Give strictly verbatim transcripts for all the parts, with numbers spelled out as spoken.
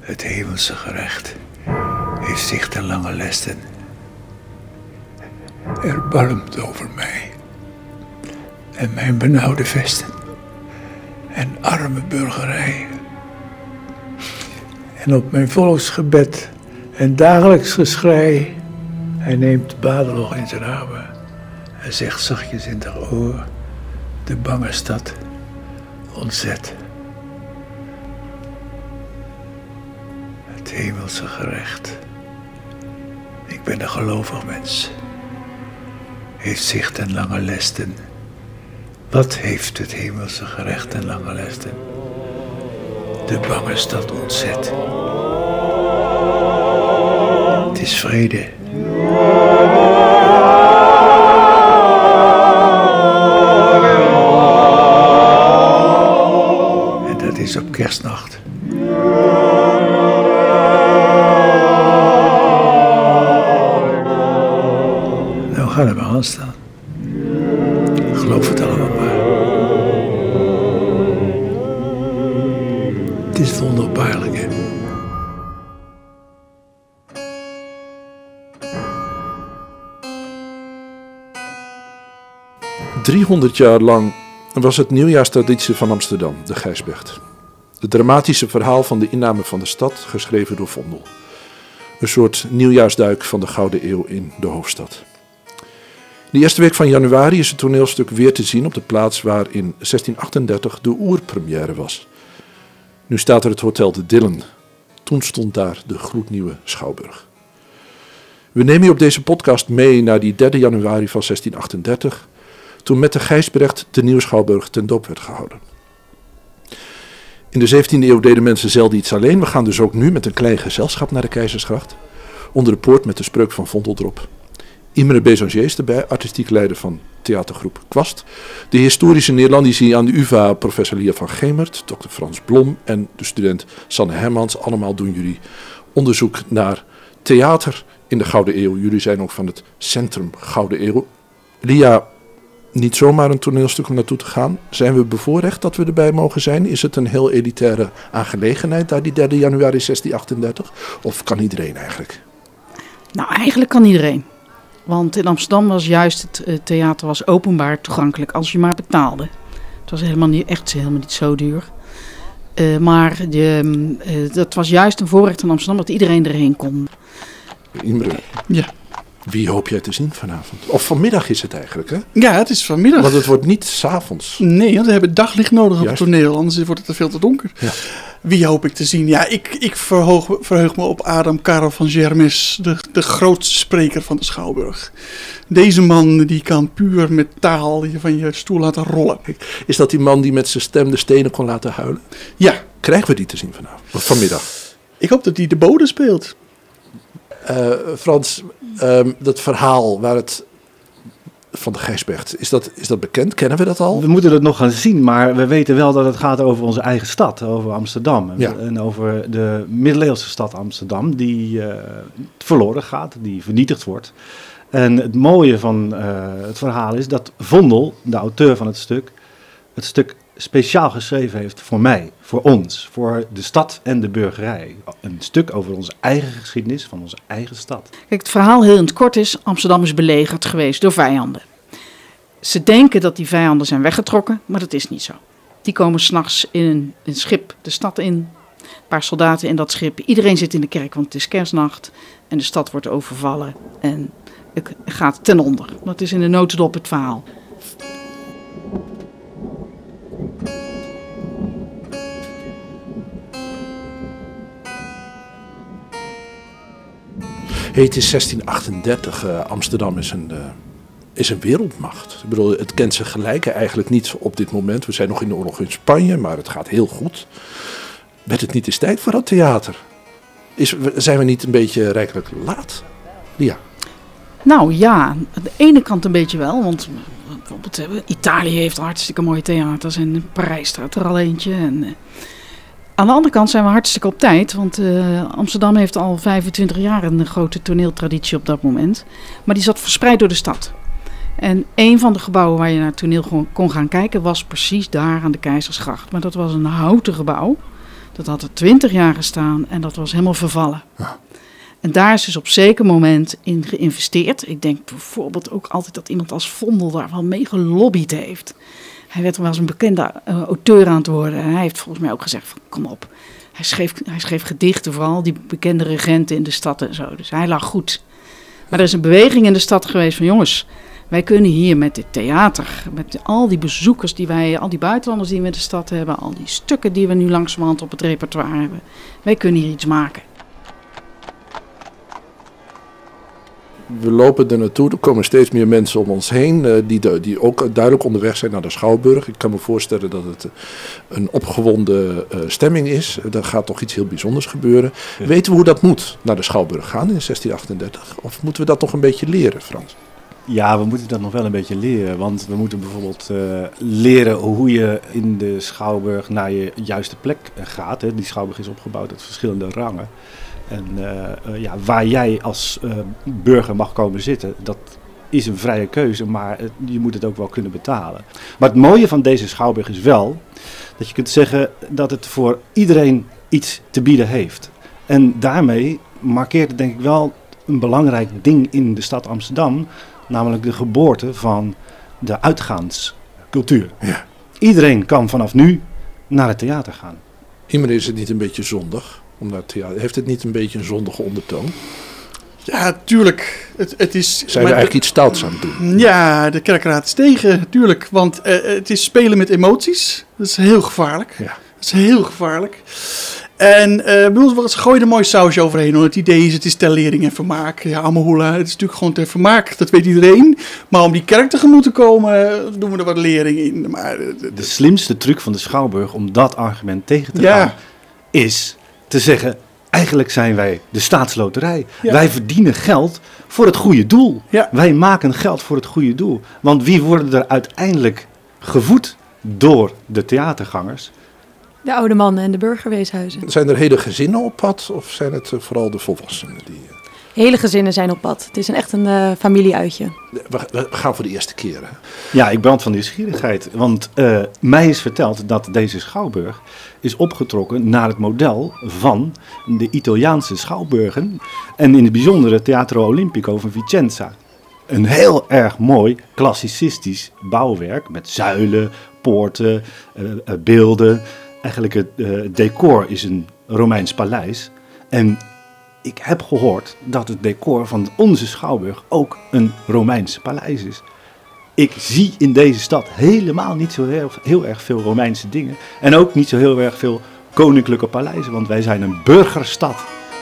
Het hemelse gerecht heeft zich ten lange lesten erbarmd over mij en mijn benauwde vesten en arme burgerij. En op mijn volksgebed en dagelijks geschrei, hij neemt badeloch in zijn armen en zegt zachtjes in haar oor, de bange stad ontzet. Het hemelse gerecht, ik ben een gelovig mens, heeft zich ten lange lesten. Wat heeft het hemelse gerecht ten lange lesten? De bange stad ontzet. Het is vrede. En dat is op kerstnacht. Nou, ga er maar aan staan. Geloof het allemaal maar. Het is wonderbaarlijk, hè? driehonderd jaar lang was het nieuwjaarstraditie van Amsterdam, de Gijsbrecht. Het dramatische verhaal van de inname van de stad, geschreven door Vondel. Een soort nieuwjaarsduik van de Gouden Eeuw in de hoofdstad. De eerste week van januari is het toneelstuk weer te zien op de plaats waar in zestien achtendertig de oerpremière was. Nu staat er het Hotel de Dillen. Toen stond daar de gloednieuwe Schouwburg. We nemen je op deze podcast mee naar die derde januari van zestien achtendertig... toen met de Gijsbrecht de Nieuwe Schouwburg ten doop werd gehouden. In de zeventiende eeuw deden mensen zelden iets alleen. We gaan dus ook nu met een klein gezelschap naar de Keizersgracht. Onder de poort met de spreuk van Vondel erop. Imre Bézongier is erbij, artistiek leider van theatergroep Kwast. De historische Neerlandici aan de U vA, professor Lia van Gemert, dokter Frans Blom en de student Sanne Hermans. Allemaal doen jullie onderzoek naar theater in de Gouden Eeuw. Jullie zijn ook van het Centrum Gouden Eeuw. Lia, niet zomaar een toneelstuk om naartoe te gaan. Zijn we bevoorrecht dat we erbij mogen zijn? Is het een heel elitaire aangelegenheid, daar die derde januari zestien achtendertig? Of kan iedereen eigenlijk? Nou, eigenlijk kan iedereen. Want in Amsterdam was juist het theater was openbaar toegankelijk als je maar betaalde. Het was helemaal niet, echt helemaal niet zo duur. Uh, maar de, uh, dat was juist een voorrecht in Amsterdam dat iedereen erheen kon. Imre, ja. Wie hoop jij te zien vanavond? Of vanmiddag is het eigenlijk, hè? Ja, het is vanmiddag. Want het wordt niet 's avonds. Nee, want we hebben daglicht nodig op Juist. het toneel, anders wordt het te veel te donker. Ja. Wie hoop ik te zien? Ja, ik, ik verhoog, verheug me op Adam Karel van Germes, de, de grootste spreker van de Schouwburg. Deze man die kan puur met taal je van je stoel laten rollen. Is dat die man die met zijn stem de stenen kon laten huilen? Ja. Krijgen we die te zien vanavond? Of vanmiddag? Ik hoop dat hij de bode speelt. Uh, Frans, um, dat verhaal waar het van de Gijsbrecht, is dat, is dat bekend? Kennen we dat al? We moeten het nog gaan zien, maar we weten wel dat het gaat over onze eigen stad, over Amsterdam. Ja. En over de middeleeuwse stad Amsterdam, die uh, verloren gaat, die vernietigd wordt. En het mooie van uh, het verhaal is dat Vondel, de auteur van het stuk, het stuk speciaal geschreven heeft voor mij, voor ons, voor de stad en de burgerij. Een stuk over onze eigen geschiedenis van onze eigen stad. Kijk, het verhaal heel in het kort is, Amsterdam is belegerd geweest door vijanden. Ze denken dat die vijanden zijn weggetrokken, maar dat is niet zo. Die komen 's nachts in een, een schip de stad in, een paar soldaten in dat schip. Iedereen zit in de kerk, want het is kerstnacht en de stad wordt overvallen en het gaat ten onder. Dat is in de notendop het verhaal. Hey, het is zestien achtendertig. Uh, Amsterdam is een, uh, is een wereldmacht. Ik bedoel, het kent zijn gelijken eigenlijk niet op dit moment. We zijn nog in de oorlog in Spanje, maar het gaat heel goed. Werd het niet eens tijd voor dat theater? Is, zijn we niet een beetje rijkelijk laat? Ja. Nou ja, aan de ene kant een beetje wel, want bijvoorbeeld Italië heeft hartstikke mooie theaters en Parijs staat er al eentje. En, uh, aan de andere kant zijn we hartstikke op tijd, want uh, Amsterdam heeft al vijfentwintig jaar een grote toneeltraditie op dat moment. Maar die zat verspreid door de stad. En een van de gebouwen waar je naar het toneel kon gaan kijken was precies daar aan de Keizersgracht. Maar dat was een houten gebouw. Dat had er twintig jaar gestaan en dat was helemaal vervallen. Ja. En daar is dus op zeker moment in geïnvesteerd. Ik denk bijvoorbeeld ook altijd dat iemand als Vondel daar wel mee gelobbyd heeft. Hij werd wel eens een bekende uh, auteur aan het worden. En hij heeft volgens mij ook gezegd van kom op. Hij schreef, hij schreef gedichten, vooral die bekende regenten in de stad en zo. Dus hij lag goed. Maar er is een beweging in de stad geweest van jongens, wij kunnen hier met dit theater, met al die bezoekers die wij, al die buitenlanders die we in de stad hebben, al die stukken die we nu langzamerhand op het repertoire hebben, wij kunnen hier iets maken. We lopen er naartoe, er komen steeds meer mensen om ons heen uh, die, de, die ook duidelijk onderweg zijn naar de Schouwburg. Ik kan me voorstellen dat het een opgewonden uh, stemming is. Er gaat toch iets heel bijzonders gebeuren. Ja. Weten we hoe dat moet, naar de Schouwburg gaan in zestien achtendertig? Of moeten we dat nog een beetje leren, Frans? Ja, we moeten dat nog wel een beetje leren. Want we moeten bijvoorbeeld uh, leren hoe je in de Schouwburg naar je juiste plek gaat. Hè. Die Schouwburg is opgebouwd uit verschillende rangen. En uh, uh, ja, waar jij als uh, burger mag komen zitten, dat is een vrije keuze, maar uh, je moet het ook wel kunnen betalen. Maar het mooie van deze Schouwburg is wel dat je kunt zeggen dat het voor iedereen iets te bieden heeft. En daarmee markeert het denk ik wel een belangrijk ding in de stad Amsterdam, namelijk de geboorte van de uitgaanscultuur. Ja. Iedereen kan vanaf nu naar het theater gaan. Immer is het niet een beetje zondig? Om naar het theater. Heeft het niet een beetje een zondige ondertoon? Ja, tuurlijk. Het, het is, Zijn we eigenlijk de, iets stouts aan het doen? Ja, de kerkraad is tegen, tuurlijk. Want uh, het is spelen met emoties. Dat is heel gevaarlijk. Ja. Dat is heel gevaarlijk. En uh, bij ons, ze gooien er een mooi sausje overheen. Het idee is, het is ter lering en vermaak. Ja, Amahula, het is natuurlijk gewoon ter vermaak. Dat weet iedereen. Maar om die kerk tegemoet te komen, doen we er wat lering in. Maar, uh, de, de slimste truc van de Schouwburg om dat argument tegen te ja. gaan, is te zeggen, eigenlijk zijn wij de staatsloterij. Ja. Wij verdienen geld voor het goede doel. Ja. Wij maken geld voor het goede doel. Want wie worden er uiteindelijk gevoed door de theatergangers? De oude mannen en de burgerweeshuizen. Zijn er hele gezinnen op pad of zijn het uh, vooral de volwassenen die... Uh... Hele gezinnen zijn op pad. Het is een echt een uh, familieuitje. We, we gaan voor de eerste keer. Hè? Ja, ik brand van nieuwsgierigheid. Want uh, mij is verteld dat deze Schouwburg is opgetrokken naar het model van de Italiaanse Schouwburgen. En in het bijzondere Teatro Olimpico van Vicenza. Een heel erg mooi klassicistisch bouwwerk met zuilen, poorten, uh, uh, beelden. Eigenlijk het uh, decor is een Romeins paleis. En ik heb gehoord dat het decor van onze Schouwburg ook een Romeins paleis is. Ik zie in deze stad helemaal niet zo heel, heel erg veel Romeinse dingen. En ook niet zo heel erg veel koninklijke paleizen, want wij zijn een burgerstad.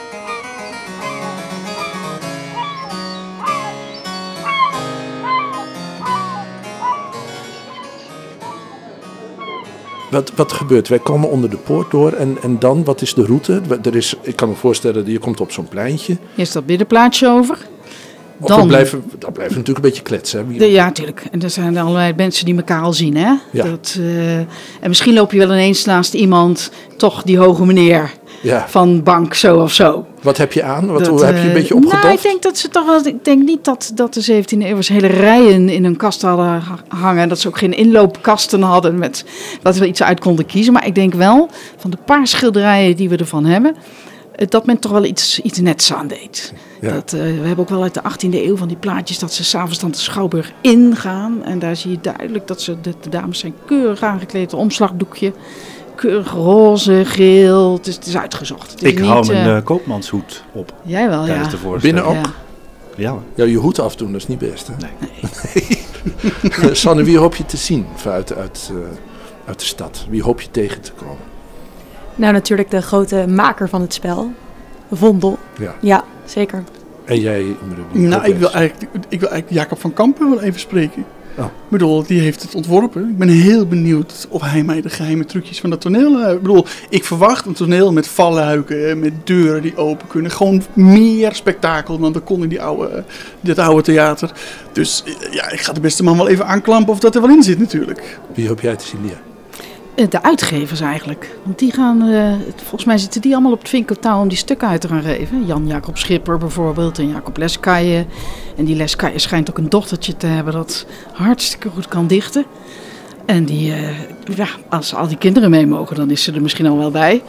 Wat, wat gebeurt? Wij komen onder de poort door en, en dan, wat is de route? Er is, ik kan me voorstellen, je komt op zo'n pleintje. Eerst dat binnenplaatsje over. Of Dan, we blijven, dan blijven we natuurlijk een beetje kletsen. Hè? Wie... De, ja, natuurlijk. En er zijn allerlei mensen die elkaar al zien. Hè? Ja. Dat, uh, en misschien loop je wel ineens naast iemand, toch die hoge meneer ja. van bank zo of zo. Wat heb je aan? Wat, dat, hoe heb je een uh, beetje opgedoft? Nou, ik denk dat ze toch wel. Ik denk niet dat, dat de zeventiende eeuwers hele rijen in hun kast hadden hangen. Dat ze ook geen inloopkasten hadden met dat we iets uit konden kiezen. Maar ik denk wel van de paar schilderijen die we ervan hebben, dat men toch wel iets, iets nets aan deed. Ja. Dat, uh, we hebben ook wel uit de achttiende eeuw van die plaatjes dat ze s'avonds dan de Schouwburg ingaan. En daar zie je duidelijk dat ze, de, de dames zijn keurig aangekleed. Een omslagdoekje, keurig roze, geel. Het is, het is uitgezocht. Het is ik niet, hou mijn uh, uh, koopmanshoed op. Jij wel, ja. Binnen ook? Ja. Ja, hoor. Ja, je hoed afdoen, dat is niet best. Hè? Nee. nee. Sanne, wie hoop je te zien uit, uit, uh, uit de stad? Wie hoop je tegen te komen? Nou, natuurlijk de grote maker van het spel, Vondel. Ja, ja zeker. En jij? Nou, ik wil, eigenlijk, ik wil eigenlijk Jacob van Kampen wel even spreken. Oh. Ik bedoel, die heeft het ontworpen. Ik ben heel benieuwd of hij mij de geheime trucjes van dat toneel... Uh, ik bedoel, ik verwacht een toneel met valluiken, met deuren die open kunnen. Gewoon meer spektakel dan er kon in die oude, uh, dat oude theater. Dus uh, ja, ik ga de beste man wel even aanklampen of dat er wel in zit natuurlijk. Wie hoop jij te zien, Lia? De uitgevers eigenlijk. Want die gaan, uh, volgens mij zitten die allemaal op het vinkertouw om die stukken uit te gaan geven. Jan-Jacob Schipper bijvoorbeeld en Jacob Lescaille. En die Lescaille schijnt ook een dochtertje te hebben dat hartstikke goed kan dichten. En die, uh, ja, als al die kinderen mee mogen, dan is ze er misschien al wel bij.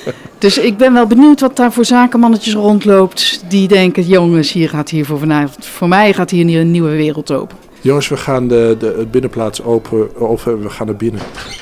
Dus ik ben wel benieuwd wat daar voor zakenmannetjes rondloopt. Die denken, jongens, hier gaat hier voor vanavond. Voor mij gaat hier een nieuwe wereld open. Jongens, we gaan de, de, de binnenplaats open, of we gaan naar binnen.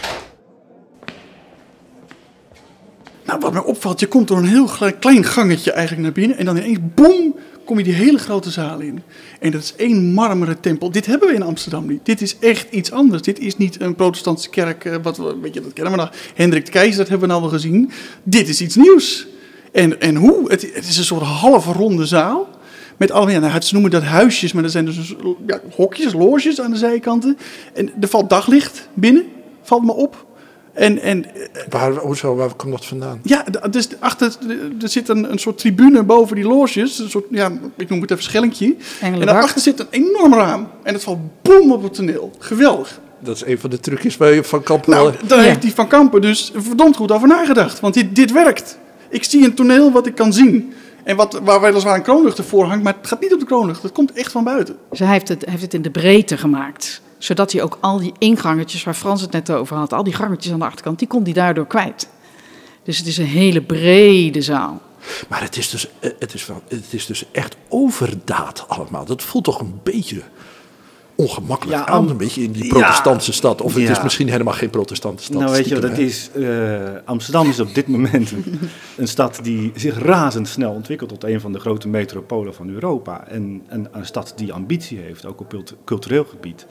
Nou, wat mij opvalt, je komt door een heel klein gangetje eigenlijk naar binnen. En dan ineens, boem, kom je die hele grote zaal in. En dat is één marmeren tempel. Dit hebben we in Amsterdam niet. Dit is echt iets anders. Dit is niet een protestantse kerk, wat we, weet je, dat kennen we nog. Hendrik de Keizer, dat hebben we nou wel gezien. Dit is iets nieuws. En, en hoe? Het, het is een soort halve ronde zaal. Met allemaal, ja, nou, ze noemen dat huisjes, maar er zijn dus ja, hokjes, loges aan de zijkanten. En er valt daglicht binnen, valt me op. En, en, waar, hoezo, waar komt dat vandaan? Ja, dus achter, er zit een, een soort tribune boven die loges. Een soort, ja, ik noem het even schellinkje. En daarachter zit een enorm raam. En het valt boem op het toneel. Geweldig. Dat is een van de trucjes waar je Van Kampen... Nou, daar ja. heeft die Van Kampen dus verdomd goed over nagedacht. Want dit, dit werkt. Ik zie een toneel wat ik kan zien. En wat, waar weliswaar een kroonluchter voor hangt, maar het gaat niet op de kroonlucht. Het komt echt van buiten. Dus hij heeft het, hij heeft het in de breedte gemaakt. Zodat hij ook al die ingangetjes waar Frans het net over had, al die gangetjes aan de achterkant, die kon hij daardoor kwijt. Dus het is een hele brede zaal. Maar het is dus, het is wel, het is dus echt overdaad allemaal. Dat voelt toch een beetje ongemakkelijk ja, aan, een beetje in die protestantse ja, stad. Of het ja. is misschien helemaal geen protestantse stad. Nou weet je wat, dat is, uh, Amsterdam is op dit moment een, een stad die zich razendsnel ontwikkelt tot een van de grote metropolen van Europa. En, en een stad die ambitie heeft, ook op cultureel gebied.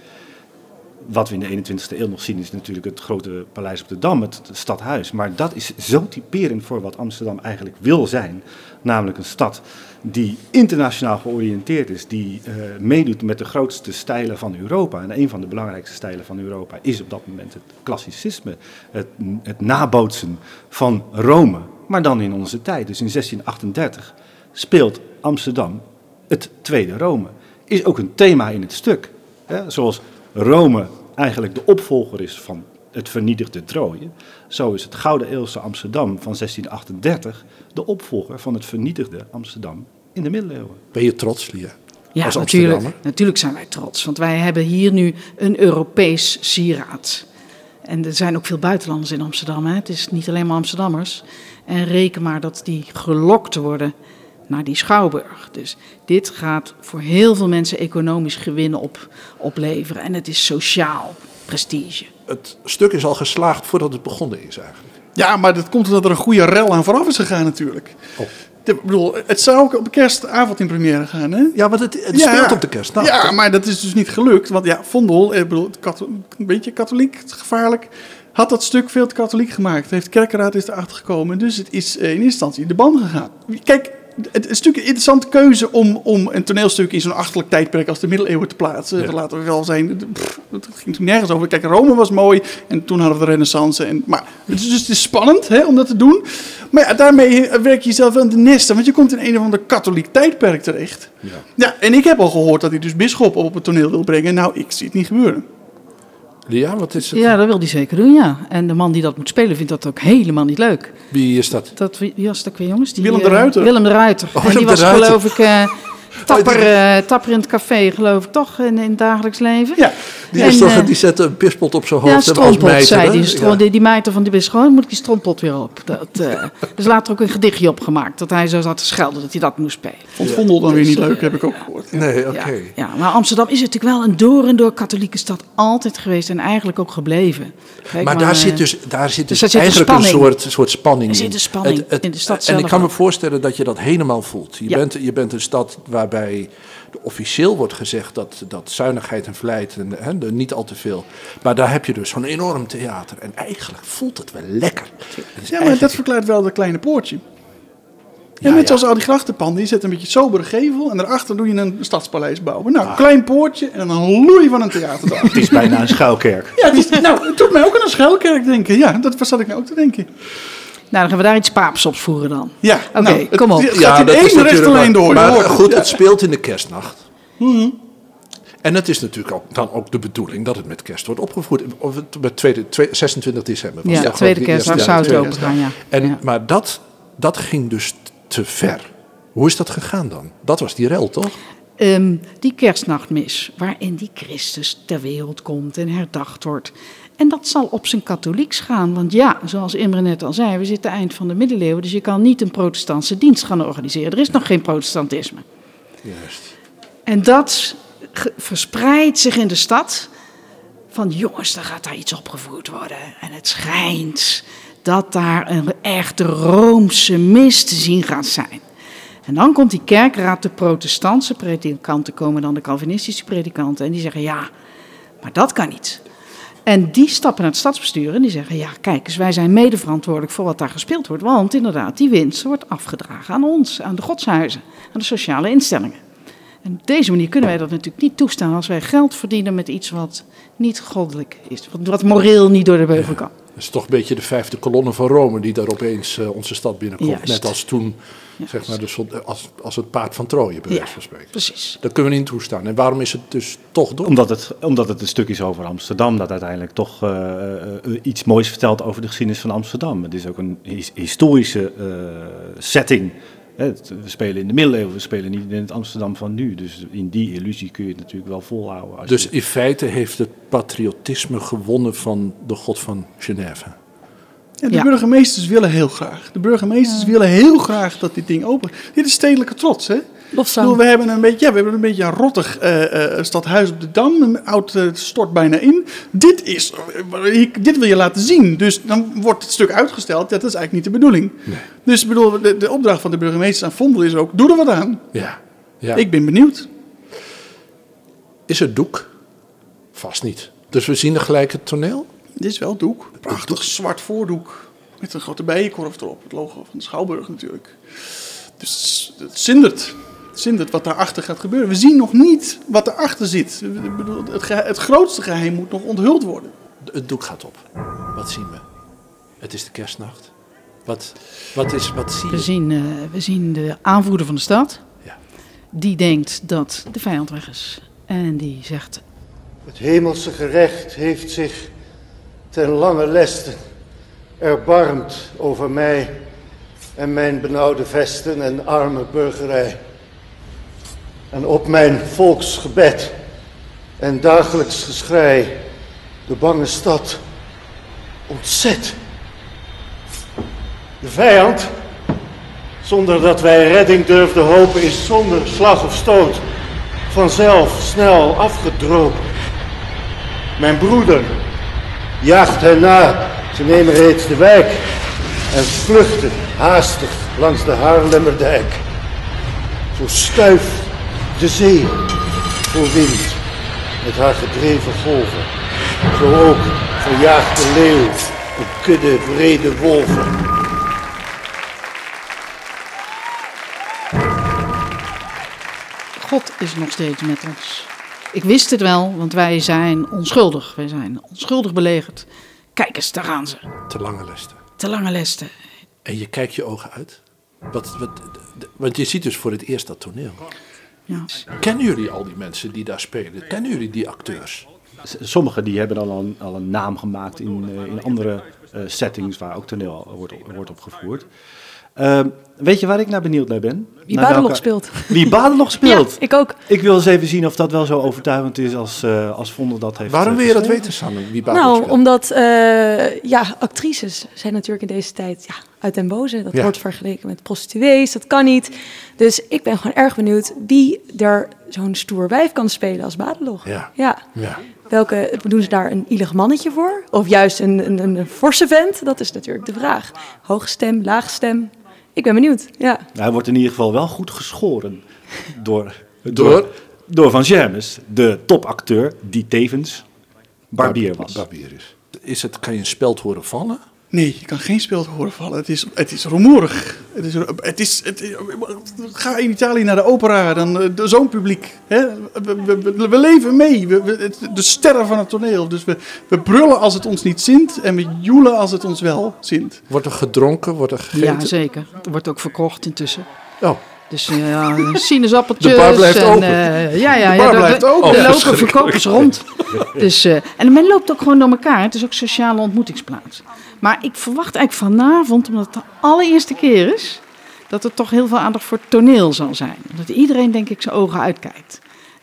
Wat we in de eenentwintigste eeuw nog zien is natuurlijk het grote paleis op de Dam, het, het stadhuis. Maar dat is zo typerend voor wat Amsterdam eigenlijk wil zijn. Namelijk een stad die internationaal georiënteerd is, die uh, meedoet met de grootste stijlen van Europa. En een van de belangrijkste stijlen van Europa is op dat moment het klassicisme, het, het nabootsen van Rome. Maar dan in onze tijd, dus in zestien achtendertig, speelt Amsterdam het tweede Rome. Is ook een thema in het stuk, hè? Zoals Rome eigenlijk de opvolger is van het vernietigde Troje. Zo is het Gouden Eeuwse Amsterdam van zestien achtendertig de opvolger van het vernietigde Amsterdam in de middeleeuwen. Ben je trots, Lia? Ja, natuurlijk, natuurlijk zijn wij trots. Want wij hebben hier nu een Europees sieraad. En er zijn ook veel buitenlanders in Amsterdam. Hè? Het is niet alleen maar Amsterdammers. En reken maar dat die gelokt worden naar die Schouwburg. Dus dit gaat voor heel veel mensen economisch gewin op, opleveren. En het is sociaal prestige. Het stuk is al geslaagd voordat het begonnen is eigenlijk. Ja, maar dat komt omdat er een goede rel aan vooraf is gegaan natuurlijk. Oh. Ik bedoel, het zou ook op de kerstavond in première gaan, hè? Ja, want het, het speelt ja, op de kerstnacht. Ja, maar dat is dus niet gelukt. Want ja, Vondel, ik bedoel, een beetje katholiek, gevaarlijk, had dat stuk veel te katholiek gemaakt. De kerkenraad is erachter gekomen. Dus het is in eerste instantie de ban gegaan. Kijk, het is natuurlijk een interessante keuze om, om een toneelstuk in zo'n achterlijk tijdperk als de middeleeuwen te plaatsen. Ja. Laten we wel zijn, pff, het ging toen nergens over. Kijk, Rome was mooi en toen hadden we de Renaissance. En, maar het is, dus het is spannend hè, om dat te doen. Maar ja, daarmee werk je jezelf wel in de nesten, want je komt in een of ander katholiek tijdperk terecht. Ja. Ja, en ik heb al gehoord dat hij dus bisschop op het toneel wil brengen. Nou, ik zie het niet gebeuren. Ja, wat is het? Ja, dat wil hij zeker doen, ja. En de man die dat moet spelen vindt dat ook helemaal niet leuk. Wie is dat? dat wie was dat weer, jongens? Die, Willem de Ruiter. Uh, Willem de Ruiter. Oh, en die was geloof ik uh, tapper, uh, tapper in het café, geloof ik, toch, in, in het dagelijks leven. Ja. Die, en, toch, uh, die zette een pispot op zijn hoofd. Ja, strompot, zei die. Stro- ja. Die, die meiter van die bisschop, moet ik die strompot weer op. Dat, uh, er is later ook een gedichtje opgemaakt, dat hij zo zat te schelden, dat hij dat moest spelen. Vond Vondel dan weer niet leuk, heb ik ook gehoord. Ja. Nee, oké. Okay. Ja, ja, maar Amsterdam is natuurlijk wel een door en door katholieke stad altijd geweest en eigenlijk ook gebleven. Kijk, maar, maar daar zit dus, daar zit dus, dus zit eigenlijk een soort, soort spanning in. Er zit een spanning het, het, in de stad zelf. En ik kan me voorstellen dat je dat helemaal voelt. Je, ja. bent, je bent een stad waarbij officieel wordt gezegd dat, dat zuinigheid en vlijt, en, hè, niet al te veel. Maar daar heb je dus zo'n enorm theater. En eigenlijk voelt het wel lekker. Ja, maar eigenlijk... dat verklaart wel dat kleine poortje. Ja, net ja. zoals al die grachtenpanden, je zet een beetje sobere gevel en daarachter doe je een stadspaleis bouwen. Nou, ah. klein poortje en dan een loei van een theater. Het is bijna een schuilkerk. Ja, het, is, nou, het doet mij ook aan een schuilkerk denken. Ja, dat zat ik nou ook te denken. Nou, dan gaan we daar iets paaps op voeren dan. Ja, oké, okay, nou, kom op. Het, het ja, gaat in één recht alleen door. Maar goed, ja. Het speelt in de kerstnacht. Mm-hmm. En het is natuurlijk ook, dan ook de bedoeling dat het met kerst wordt opgevoerd. Of met tweede, tweede, zesentwintig december. Was ja, tweede kerstdag zou het open gaan, ja. En, ja. Maar dat, dat ging dus te ver. Hoe is dat gegaan dan? Dat was die rel, toch? Um, die kerstnachtmis, waarin die Christus ter wereld komt en herdacht wordt. En dat zal op zijn katholieks gaan. Want ja, zoals Imre net al zei, we zitten eind van de middeleeuwen. Dus je kan niet een protestantse dienst gaan organiseren. Er is nog geen protestantisme. Juist. En dat ge- verspreidt zich in de stad. Van jongens, dan gaat daar iets opgevoerd worden. En het schijnt dat daar een echte Roomse mis te zien gaat zijn. En dan komt die kerkraad, de protestantse predikanten komen dan de Calvinistische predikanten. En die zeggen ja, maar dat kan niet. En die stappen naar het stadsbestuur en die zeggen ja, kijk eens, wij zijn mede verantwoordelijk voor wat daar gespeeld wordt. Want inderdaad, die winst wordt afgedragen aan ons, aan de godshuizen, aan de sociale instellingen. En op deze manier kunnen wij dat natuurlijk niet toestaan als wij geld verdienen met iets wat niet goddelijk is. Wat, wat moreel niet door de beugel kan. Dat is toch een beetje de vijfde kolonne van Rome die daar opeens uh, onze stad binnenkomt. Juist. Net als toen, Juist. zeg maar, dus als, als het paard van Troje, bij wijze van spreken. Precies. Dat kunnen we niet toestaan. En waarom is het dus toch door? Omdat het, omdat het een stuk is over Amsterdam, dat uiteindelijk toch uh, uh, iets moois vertelt over de geschiedenis van Amsterdam. Het is ook een his- historische uh, setting. Hè, we spelen in de middeleeuwen, we spelen niet in het Amsterdam van nu. Dus in die illusie kun je het natuurlijk wel volhouden. Als Dus je... in feite heeft het patriotisme gewonnen van de god van Genève. Ja, de Ja. burgemeesters willen heel graag. De burgemeesters ja. willen heel graag dat dit ding open. Dit is stedelijke trots, hè? Lofzang. Ik bedoel, we hebben een beetje, ja, we hebben een beetje een rottig uh, uh, stadhuis op de Dam. Een oud uh, stort bijna in. Dit is, uh, dit wil je laten zien. Dus dan wordt het stuk uitgesteld. Ja, dat is eigenlijk niet de bedoeling. Nee. Dus ik bedoel, de, de opdracht van de burgemeester aan Vondel is ook, doe er wat aan. Ja. ja. Ik ben benieuwd. Is het doek? Vast niet. Dus we zien er gelijk het toneel? Dit is wel doek. Prachtig zwart voordoek. Met een grote bijenkorf erop. Het logo van de Schouwburg natuurlijk. Dus het zindert. Het zindert wat daarachter gaat gebeuren. We zien nog niet wat erachter zit. Ik bedoel, het, gehe- het grootste geheim moet nog onthuld worden. Het doek gaat op. Wat zien we? Het is de kerstnacht. Wat, wat, is, wat zie je? We zien, uh, we zien de aanvoerder van de stad. Ja. Die denkt dat de vijand weg is. En die zegt, Het hemelse gerecht heeft zich ten lange leste erbarmd over mij en mijn benauwde vesten en arme burgerij. En op mijn volksgebed en dagelijks geschrei de bange stad ontzet. De vijand, zonder dat wij redding durfden hopen, is zonder slag of stoot vanzelf snel afgedropen. Mijn broeder jaagt hen na, ze nemen reeds de wijk en vluchten haastig langs de Haarlemmerdijk. Zo stuift de zee voor wind met haar gedreven golven. Zo ook verjaagt de leeuw een kudde wrede wolven. God is nog steeds met ons. Ik wist het wel, want wij zijn onschuldig. Wij zijn onschuldig belegerd. Kijk eens, daar gaan ze. Te lange lesten. Te lange lesten. En je kijkt je ogen uit. Wat, wat, want je ziet dus voor het eerst dat toneel. Ja. Kennen jullie al die mensen die daar spelen? Kennen jullie die acteurs? Sommigen die hebben al een, al een naam gemaakt in, uh, in andere uh, settings waar ook toneel wordt, wordt opgevoerd. Uh, weet je waar ik naar benieuwd naar ben? Wie Naar Badenlog welke- speelt. Wie Badenlog speelt? Ja, ik ook. Ik wil eens even zien of dat wel zo overtuigend is als, uh, als Vondel dat heeft. Waarom uh, wil je dat geschreven. weten, Sanne? Wie Babel Nou, speelt? omdat uh, ja, actrices zijn natuurlijk in deze tijd ja, uit den boze. Dat Ja. wordt vergeleken met prostituees, dat kan niet. Dus ik ben gewoon erg benieuwd wie er zo'n stoer wijf kan spelen als Badenlog. Ja. Ja. Ja. Welke, doen ze daar een ielig mannetje voor? Of juist een, een, een, een forse vent? Dat is natuurlijk de vraag. Hoge stem, lage stem. Ik ben benieuwd, ja. Nou, hij wordt in ieder geval wel goed geschoren door, Door? door Van Germes, de topacteur die tevens barbier was. Barbier is. Is het, kan je een speld horen vallen? Nee, je kan geen speld horen vallen. Het is, het is rumoerig. Het is, het is, het is- ga in Italië naar de opera, dan uh, de- zo'n publiek. Hè? We, we, we, we leven mee. We, we, het- de sterren van het toneel. Dus we, we brullen als het ons niet zint en we joelen als het ons wel zint. Wordt er gedronken? Wordt er gegeten? Ja, zeker. Er wordt ook verkocht intussen. Oh, Dus uh, ja, sinaasappeltjes. De bar blijft en, open. uh, ja, ja, De ja, bar er- blijft er- open. Er Oh, lopen verschrikkelijk. verkopers rond. Dus, uh, en men loopt ook gewoon door elkaar. Het is ook een sociale ontmoetingsplaats. Maar ik verwacht eigenlijk vanavond, omdat het de allereerste keer is, dat er toch heel veel aandacht voor toneel zal zijn. Dat iedereen, denk ik, zijn ogen uitkijkt.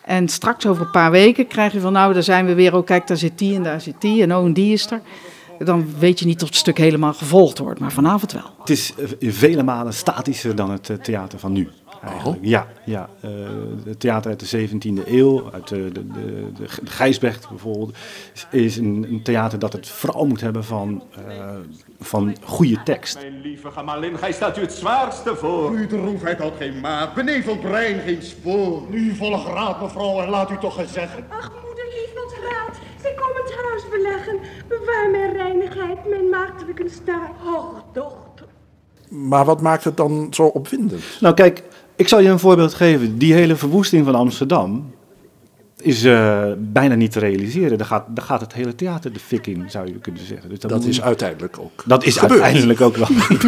En straks over een paar weken krijg je van, nou, daar zijn we weer. Oh, kijk, daar zit die en daar zit die en oh, en die is er. Dan weet je niet of het stuk helemaal gevolgd wordt, maar vanavond wel. Het is uh, vele malen statischer dan het uh, theater van nu. Eigenlijk. Ja, ja. Uh, het theater uit de zeventiende eeuw, uit de, de, de, de Gijsbrecht bijvoorbeeld, is, is een, een theater dat het vooral moet hebben van, uh, van goede tekst. Mijn lieve gemalin, gij staat u het zwaarste voor. Uw droefheid had geen maat, beneveld brein geen spoor. Nu volg raad, mevrouw, en laat u toch gezeggen. Ach, moeder lief, wat raad. Zij kom het huis beleggen. Bewaar mijn reinigheid, mijn maagdelijke staat. Och, dochter. Maar wat maakt het dan zo opwindend? Nou kijk, ik zal je een voorbeeld geven. Die hele verwoesting van Amsterdam is uh, bijna niet te realiseren. Daar gaat, daar gaat het hele theater de fik in, zou je kunnen zeggen. Dus dat is uiteindelijk ook Dat is gebeurd. uiteindelijk ook wel.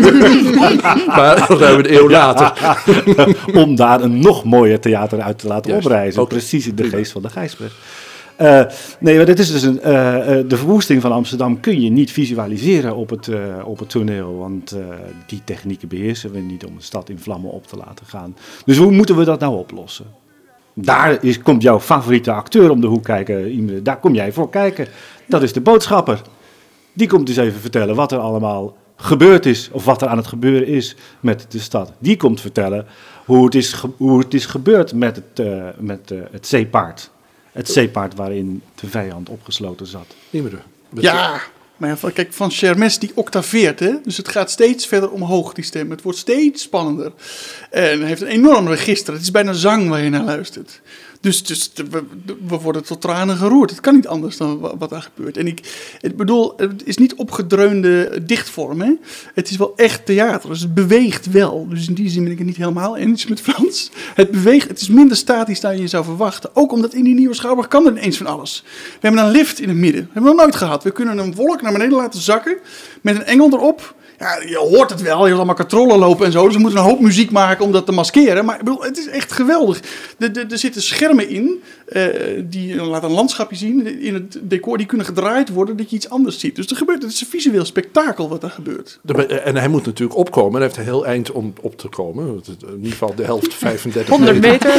Maar nog ruim een eeuw later. Om daar een nog mooier theater uit te laten Juist, oprijzen. ook Precies in de geest van de Gijsbrecht. Uh, nee, maar dit is dus een, uh, uh, de verwoesting van Amsterdam kun je niet visualiseren op het, uh, op het toneel. Want uh, die technieken beheersen we niet om de stad in vlammen op te laten gaan. Dus hoe moeten we dat nou oplossen? Daar is, komt jouw favoriete acteur om de hoek kijken, Imre. Daar kom jij voor kijken. Dat is de boodschapper. Die komt dus even vertellen wat er allemaal gebeurd is, of wat er aan het gebeuren is met de stad. Die komt vertellen hoe het is, ge- hoe het is gebeurd met het, uh, met, uh, het zeepaard. Het zeepaard waarin de vijand opgesloten zat. Imre. Ja, maar ja, van- kijk, Van Chermes die octaveert, hè? Dus het gaat steeds verder omhoog, die stem. Het wordt steeds spannender. En hij heeft een enorm register. Het is bijna zang waar je naar luistert. Dus, dus de- we, de- we worden tot tranen geroerd. Het kan niet anders dan wa- wat daar gebeurt. En ik, ik bedoel, het is niet opgedreunde dichtvorm, hè? Het is wel echt theater, dus het beweegt wel. Dus in die zin ben ik het niet helemaal eens met Frans. Het beweegt, het is minder statisch dan je zou verwachten. Ook omdat in die nieuwe Schouwburg kan er ineens van alles. We hebben een lift in het midden. Dat hebben we nog nooit gehad. We kunnen een wolk naar beneden laten zakken met een engel erop. Ja, je hoort het wel, je hoort allemaal katrollen lopen en zo. Dus we moeten een hoop muziek maken om dat te maskeren. Maar ik bedoel, het is echt geweldig. Er, er, er zitten schermen in, uh, die laten een landschapje zien in het decor. Die kunnen gedraaid worden, dat je iets anders ziet. Dus er gebeurt, het is een visueel spektakel wat er gebeurt. De- En hij moet natuurlijk opkomen. En hij heeft een heel eind om op te komen. In ieder geval de helft, vijfendertig honderd meter.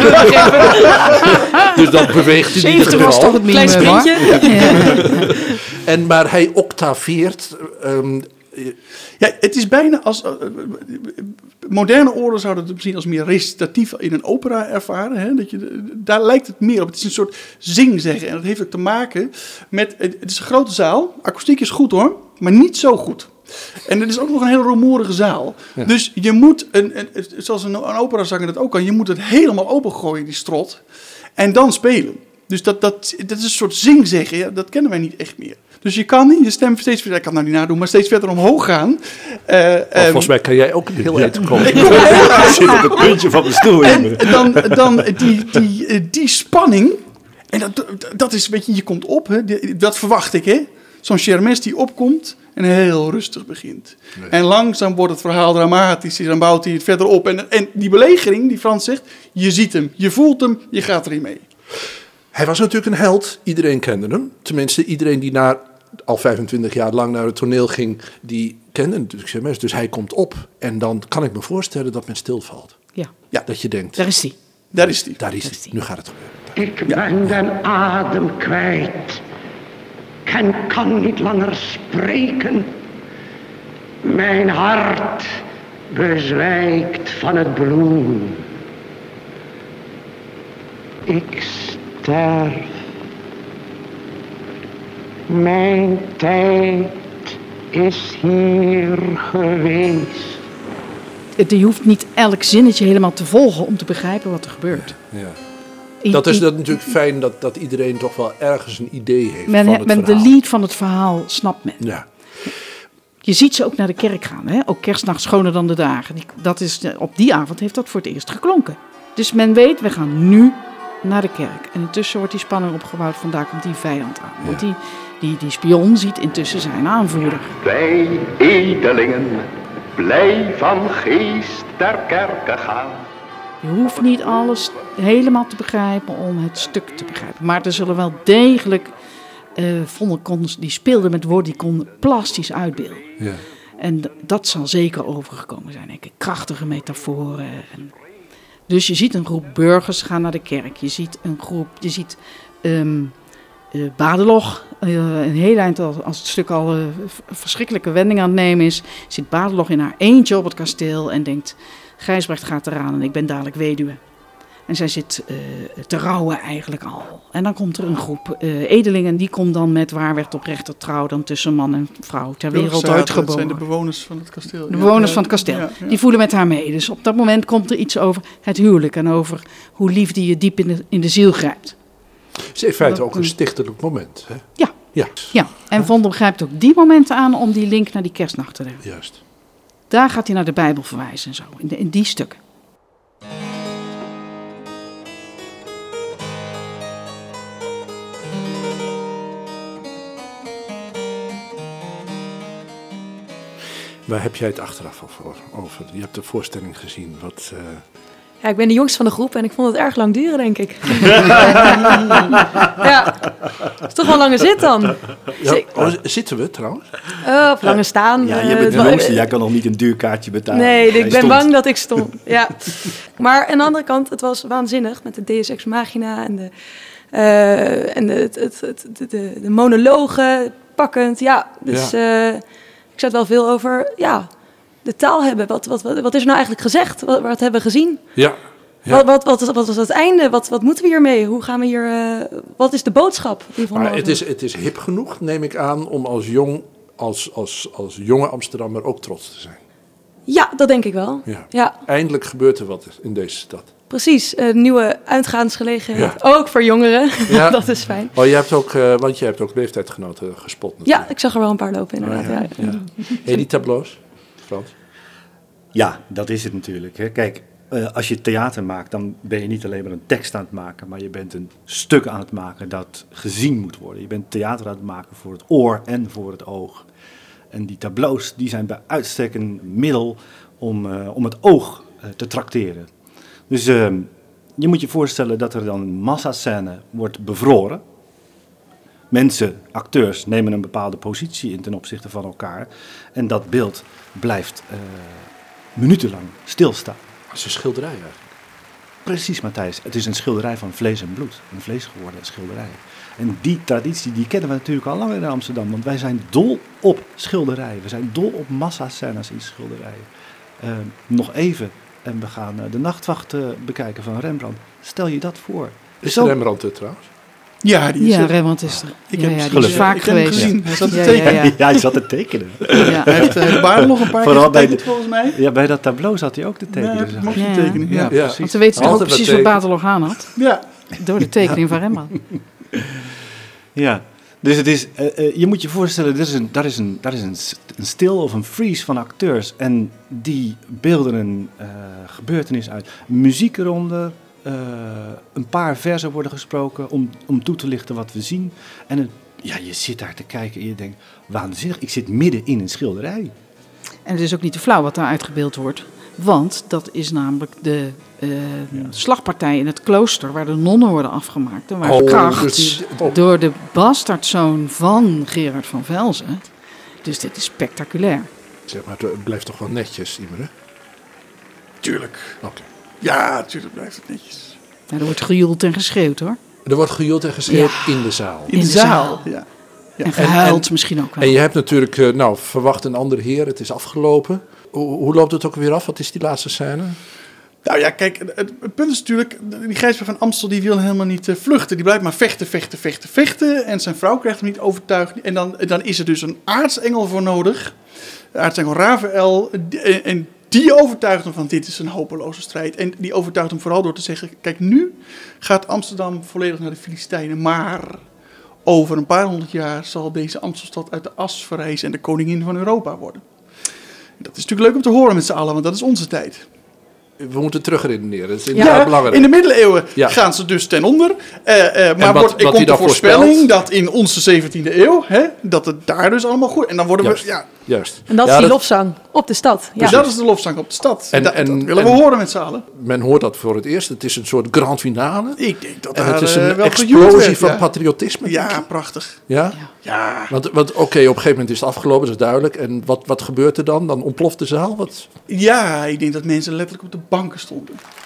Dus dat beweegt in ieder zeventig was toch geval. het Klein minimum, hoor. sprintje. En, maar hij octaveert. Um, Ja, het is bijna als... Uh, moderne oren zouden het misschien als meer recitatief in een opera ervaren. Hè? Dat je, daar lijkt het meer op. Het is een soort zingzeggen. En dat heeft ook te maken met... Het is een grote zaal. Akoestiek is goed hoor, maar niet zo goed. En het is ook nog een hele rumoerige zaal. Ja. Dus je moet, een, een, zoals een, een operazanger dat ook kan... je moet het helemaal opengooien, die strot. En dan spelen. Dus dat, dat, dat is een soort zingzeggen. Ja, dat kennen wij niet echt meer. Dus je kan je stem steeds verder, ik kan het nou niet nadoen, maar steeds verder omhoog gaan. Uh, oh, volgens mij kan jij ook een heel eind komen. Ik kom heel Ik zit op het puntje van de stoel. En dan, dan die, die, die spanning, en dat, dat is, weet je, je komt op, hè, dat verwacht ik, hè. Zo'n Chermes die opkomt en heel rustig begint. Nee. En langzaam wordt het verhaal dramatisch, dan bouwt hij het verder op. En, en die belegering, die Frans zegt, je ziet hem, je voelt hem, je gaat erin mee. Hij was natuurlijk een held, iedereen kende hem. Tenminste, iedereen die naar, al vijfentwintig jaar lang naar het toneel ging, die kende natuurlijk Chermes. Dus hij komt op en dan kan ik me voorstellen dat men stilvalt. Ja. Ja. Dat je denkt, Daar is hij. Daar is hij. daar is hij, nu gaat het gebeuren. Ik ben den adem kwijt en kan niet langer spreken. Mijn hart bezwijkt van het bloed. Ik sterf. Mijn tijd is hier geweest. Je hoeft niet elk zinnetje helemaal te volgen om te begrijpen wat er gebeurt. Ja. I- Dat is I- dat natuurlijk fijn dat, dat iedereen toch wel ergens een idee heeft Men, van het men de verhaal. lead van het verhaal snapt men. Ja. Je ziet ze ook naar de kerk gaan. Hè? Ook kerstnacht schoner dan de dagen. Die, dat is, op die avond heeft dat voor het eerst geklonken. Dus men weet, we gaan nu naar de kerk. En intussen wordt die spanning opgebouwd. Vandaar komt die vijand aan. Want die, die, die spion ziet intussen zijn aanvoerder. Wij edelingen, blij van geest ter kerke gaan. Je hoeft niet alles helemaal te begrijpen om het stuk te begrijpen. Maar er zullen wel degelijk... Uh, Vondel kon, die speelde met woorden, die kon plastisch uitbeelden. Ja. En d- dat zal zeker overgekomen zijn, denk ik. Krachtige metaforen. En Dus je ziet een groep burgers gaan naar de kerk. Je ziet een groep, je ziet um, uh, Badelog, uh, een heel eind als, als het stuk al een uh, verschrikkelijke wending aan het nemen is, zit Badelog in haar eentje op het kasteel en denkt, Gijsbrecht gaat eraan en ik ben dadelijk weduwe. En zij zit uh, te rouwen eigenlijk al. En dan komt er een groep uh, edelingen, die komt dan met waar werd oprechte trouw dan tussen man en vrouw ter wereld uitgeboren. Dat zijn de bewoners van het kasteel. De bewoners ja, van het kasteel, ja, ja. die voelen met haar mee. Dus op dat moment komt er iets over het huwelijk en over hoe liefde je diep in de, in de ziel grijpt. Het is in feite ook een stichtelijk moment. Hè? Ja. Ja. ja, en Vondel grijpt ook die momenten aan om die link naar die kerstnacht te leggen. Juist. Daar gaat hij naar de Bijbel verwijzen en zo, in, de, in die stukken. Waar heb jij het achteraf over? over? Je hebt de voorstelling gezien. Wat, uh... Ja, ik ben de jongste van de groep en ik vond het erg lang duren, denk ik. Ja, het is toch wel lange zit dan. Ja, oh, zitten we trouwens? Uh, op lange staan. Ja, je bent de uh, jongste, jij kan nog niet een duur kaartje betalen. Nee, ik ben stond. bang dat ik stond. Ja. Maar aan de andere kant, het was waanzinnig met de Deus Ex Machina en de, uh, en de, het, het, het, de, de, de monologen, pakkend. Ja, dus ja. Uh, ik zou het wel veel over... Ja, de taal hebben. Wat, wat, wat, wat is er nou eigenlijk gezegd? Wat, wat hebben we gezien? Ja. ja. Wat, wat, wat, wat was het einde? Wat, wat moeten we hiermee? Hoe gaan we hier... Uh, wat is de boodschap? Die van maar het is, het is hip genoeg, neem ik aan, om als, jong, als, als, als jonge Amsterdammer ook trots te zijn. Ja, dat denk ik wel. Ja. Ja. Eindelijk gebeurt er wat in deze stad. Precies, een uh, nieuwe uitgaansgelegenheid. Ja. Ook voor jongeren. Ja. Dat is fijn. Oh, je hebt ook, uh, want je hebt ook leeftijdsgenoten gespot natuurlijk. Ja, ik zag er wel een paar lopen inderdaad. Oh, ja. Ja. Ja. Hey, die tableaus, Frans? Ja, dat is het natuurlijk. Hè. Kijk, uh, als je theater maakt, dan ben je niet alleen maar een tekst aan het maken, maar je bent een stuk aan het maken dat gezien moet worden. Je bent theater aan het maken voor het oor en voor het oog. En die tableaus, die zijn bij uitstek een middel om, uh, om het oog uh, te trakteren. Dus uh, je moet je voorstellen dat er dan een massascène wordt bevroren. Mensen, acteurs, nemen een bepaalde positie in ten opzichte van elkaar. En dat beeld blijft uh, minutenlang stilstaan. Dat is een schilderij eigenlijk. Precies, Matthijs. Het is een schilderij van vlees en bloed. Een vleesgeworden schilderij. En die traditie die kennen we natuurlijk al langer in Amsterdam. Want wij zijn dol op schilderijen. We zijn dol op massascènes in schilderijen. Uh, nog even... En we gaan uh, de Nachtwacht uh, bekijken van Rembrandt. Stel je dat voor. Is Zo... Rembrandt er trouwens? Ja, die is ja er. Rembrandt is er. Ik ja, heb ja, die is vaak ik geweest. Heb hem gezien. Hij zat te ja, tekenen. ja, ja. ja, hij zat te tekenen. Ja. Hij heeft uh, Baarle nog een paar Vooral keer getekend de, volgens mij. Ja, bij dat tableau zat hij ook te tekenen. Nee, dus hij mocht ja. je tekenen. Ja, ja, ja. precies. Want ze weten toch ook precies wat Badelog aan had? Ja. Door de tekening van Rembrandt. Ja, dus het is, uh, uh, je moet je voorstellen, er is, een, daar is, een, daar is een, een stil of een freeze van acteurs. En die beelden een uh, gebeurtenis uit. Muziek eronder, uh, een paar verzen worden gesproken om, om toe te lichten wat we zien. En het, ja, je zit daar te kijken en je denkt, waanzinnig, ik zit midden in een schilderij. En het is ook niet te flauw wat daar uitgebeeld wordt. Want dat is namelijk de uh, ja. slagpartij in het klooster waar de nonnen worden afgemaakt. En waar oh, kracht dus die, oh. door de bastardzoon van Gerard van Velzen. Dus dit is spectaculair. Zeg maar, het blijft toch wel netjes, Imre? Tuurlijk. Oké. Okay. Ja, tuurlijk blijft het netjes. Ja, er wordt gejoeld en geschreeuwd hoor. Er wordt gejoeld en geschreeuwd ja. in de zaal. In de, in de zaal. zaal. Ja. Ja. En gehuild en, en, misschien ook wel. En je hebt natuurlijk, uh, nou, verwacht een ander heer. Het is afgelopen. Hoe, hoe loopt het ook weer af? Wat is die laatste scène? Nou ja, kijk, het, het punt is natuurlijk... Die Gijsbrecht van Amstel die wil helemaal niet uh, vluchten. Die blijft maar vechten, vechten, vechten, vechten. En zijn vrouw krijgt hem niet overtuigd. En dan, dan is er dus een aartsengel voor nodig. De aartsengel Rafael. En, en die overtuigt hem van dit is een hopeloze strijd. En die overtuigt hem vooral door te zeggen... Kijk, nu gaat Amsterdam volledig naar de Filistijnen. Maar over een paar honderd jaar zal deze Amstelstad uit de as verrijzen... en de koningin van Europa worden. Dat is natuurlijk leuk om te horen met z'n allen, want dat is onze tijd. We moeten terugredeneren. Dat is inderdaad ja, belangrijk. In de middeleeuwen ja. gaan ze dus ten onder. Uh, uh, maar wat, wordt, wat komt de voorspelling voorspelt? dat in onze zeventiende eeuw... Hè, dat het daar dus allemaal goed... En dan worden Juist. we... Ja. Juist. En dat ja, is die dat... lofzang op de stad. Ja. Dus dat is de lofzang op de stad. En, dat, en, dat willen en, we horen met z'n allen. Men hoort dat voor het eerst. Het is een soort grand finale. Ik denk dat en daar het is een wel explosie werd, van ja. patriotisme. Ja, prachtig. Ja? Ja. Want, want oké, okay, op een gegeven moment is het afgelopen, dat is duidelijk. En wat, wat gebeurt er dan? Dan ontploft de zaal? Wat? Ja, ik denk dat mensen letterlijk op de banken stonden.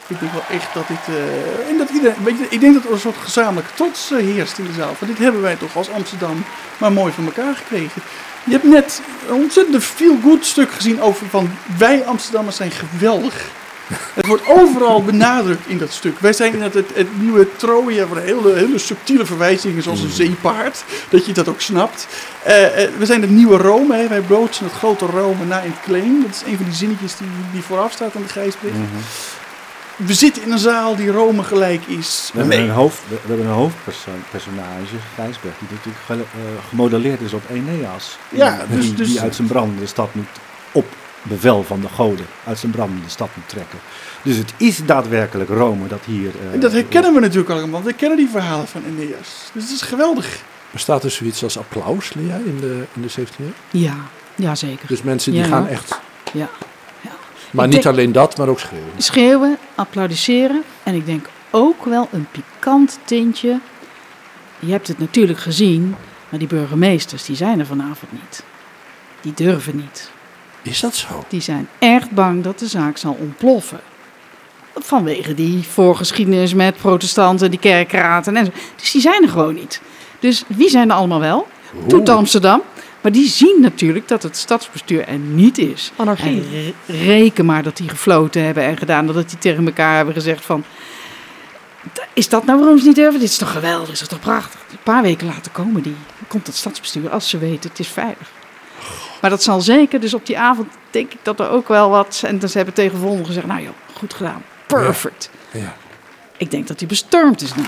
Ik denk wel echt dat dit... Uh, en dat iedereen, weet je, ik denk dat er een soort gezamenlijke trots uh, heerst in de zaal. Want dit hebben wij toch als Amsterdam maar mooi van elkaar gekregen. Je hebt net een ontzettend feel-good stuk gezien over van wij Amsterdammers zijn geweldig. Het wordt overal benadrukt in dat stuk. Wij zijn inderdaad het, het nieuwe Troje, voor hele, hele subtiele verwijzingen zoals een zeepaard. Dat je dat ook snapt. Uh, uh, we zijn het nieuwe Rome. Hè. Wij bootsen het grote Rome na in het claim. Dat is een van die zinnetjes die, die vooraf staat aan de Gijsbrecht. Mm-hmm. We zitten in een zaal die Rome gelijk is. We hebben een, hoofd, we hebben een hoofdpersonage, Gijsbrecht, die natuurlijk ge, uh, gemodelleerd is op Aeneas. Ja, die, dus, die, dus, die uit zijn brandende stad moet op bevel van de goden uit zijn brandende stad moet trekken. Dus het is daadwerkelijk Rome dat hier... Uh, en dat herkennen we natuurlijk allemaal, want we kennen die verhalen van Aeneas. Dus het is geweldig. Bestaat er zoiets als applaus, Lea, in de, in de zeventiende eeuw? Ja, ja zeker. Dus mensen die ja, gaan ja. echt... Ja. ja. Maar ik niet denk, alleen dat, maar ook schreeuwen. Schreeuwen, applaudisseren. En ik denk ook wel een pikant tintje. Je hebt het natuurlijk gezien, maar die burgemeesters, die zijn er vanavond niet. Die durven niet. Is dat zo? Die zijn erg bang dat de zaak zal ontploffen. Vanwege die voorgeschiedenis met protestanten, die kerkraten en zo. Dus die zijn er gewoon niet. Dus wie zijn er allemaal wel? Tot Amsterdam. Maar die zien natuurlijk dat het stadsbestuur er niet is. Anarchie. En re- reken maar dat die gefloten hebben en gedaan. Dat die tegen elkaar hebben gezegd van... Is dat nou waarom ze niet durven? Dit is toch geweldig, is toch prachtig. Een paar weken later komen die. Dan komt het stadsbestuur als ze weten het is veilig. Maar dat zal zeker, dus op die avond denk ik dat er ook wel wat... En dan ze hebben tegen Vondel gezegd, nou joh, goed gedaan. Perfect. Ja. Ja. Ik denk dat hij bestormd is nu.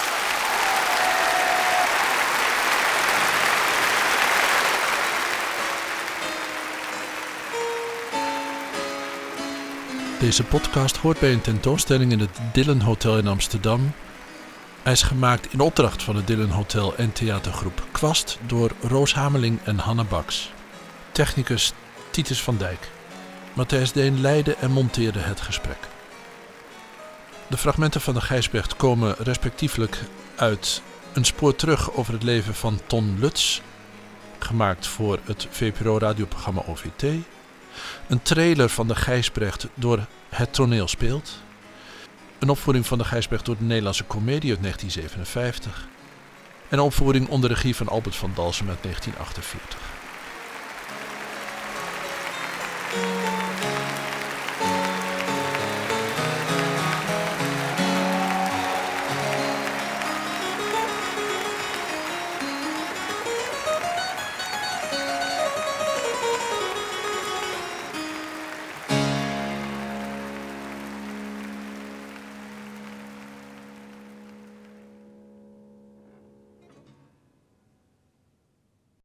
Deze podcast hoort bij een tentoonstelling in het Dillen Hotel in Amsterdam. Hij is gemaakt in opdracht van het Dillen Hotel en theatergroep Kwast door Roos Hameling en Hanna Baks. Technicus Titus van Dijk. Matthijs Deen leidde en monteerde het gesprek. De fragmenten van de Gijsbrecht komen respectievelijk uit Een spoor terug over het leven van Ton Lutz, gemaakt voor het V P R O-radioprogramma O V T. Een trailer van de Gijsbrecht door Het Toneel Speelt. Een opvoering van de Gijsbrecht door de Nederlandse Comedie uit negentien zevenenvijftig. En een opvoering onder regie van Albert van Dalsem uit negentien achtenveertig.